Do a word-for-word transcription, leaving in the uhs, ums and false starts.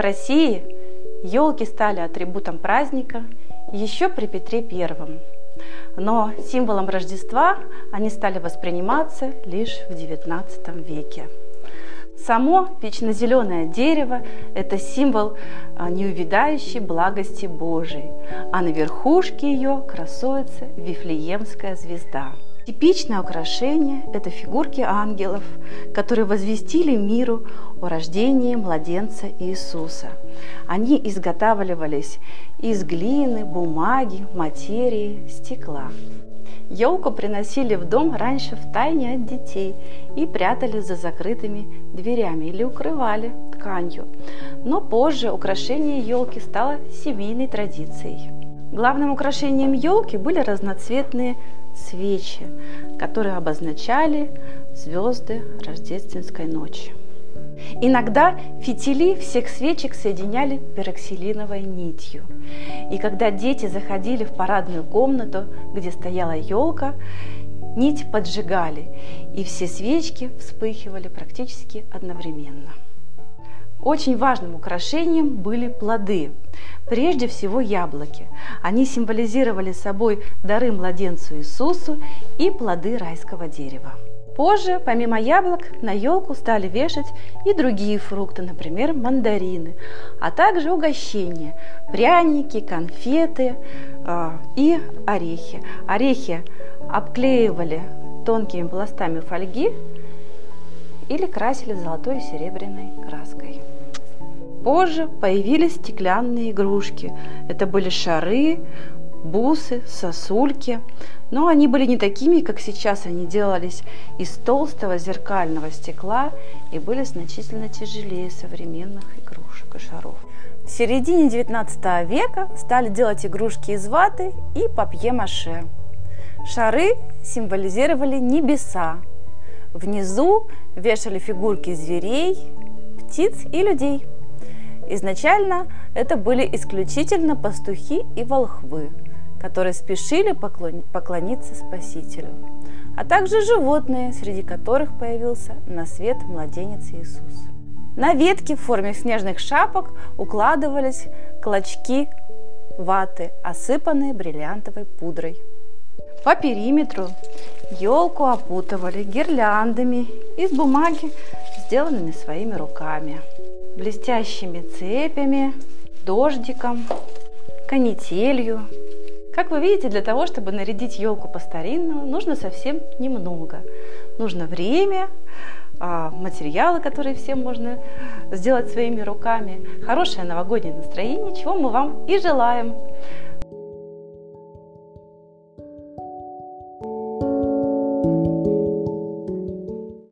России елки стали атрибутом праздника еще при Петре Первом, но символом Рождества они стали восприниматься лишь в девятнадцатом веке. Само вечно зеленое дерево – это символ неувядающей благости Божией, а на верхушке ее красуется Вифлеемская звезда. Типичное украшение – это фигурки ангелов, которые возвестили миру о рождении младенца Иисуса. Они изготавливались из глины, бумаги, материи, стекла. Елку приносили в дом раньше втайне от детей и прятали за закрытыми дверями или укрывали тканью. Но позже украшение елки стало семейной традицией. Главным украшением елки были разноцветные свечи, которые обозначали звезды рождественской ночи. Иногда фитили всех свечек соединяли пероксилиновой нитью. И когда дети заходили в парадную комнату, где стояла елка, нить поджигали, и все свечки вспыхивали практически одновременно. Очень важным украшением были плоды. Прежде всего яблоки. Они символизировали собой дары младенцу Иисусу и плоды райского дерева. Позже, помимо яблок, на елку стали вешать и другие фрукты, например, мандарины, а также угощения, пряники, конфеты э, и орехи. Орехи обклеивали тонкими пластами фольги или красили золотой и серебряной краской. Позже появились стеклянные игрушки. Это были шары, бусы, сосульки. Но они были не такими, как сейчас. Они делались из толстого зеркального стекла и были значительно тяжелее современных игрушек и шаров. В середине девятнадцатого века стали делать игрушки из ваты и папье-маше. Шары символизировали небеса. Внизу вешали фигурки зверей, птиц и людей. Изначально это были исключительно пастухи и волхвы, которые спешили поклониться Спасителю, а также животные, среди которых появился на свет младенец Иисус. На ветки в форме снежных шапок укладывались клочки ваты, осыпанные бриллиантовой пудрой. По периметру елку опутывали гирляндами из бумаги, сделанными своими руками, блестящими цепями, дождиком, канителью. Как вы видите, для того, чтобы нарядить елку по-старинному, нужно совсем немного. Нужно время, материалы, которые всем можно сделать своими руками, хорошее новогоднее настроение, чего мы вам и желаем.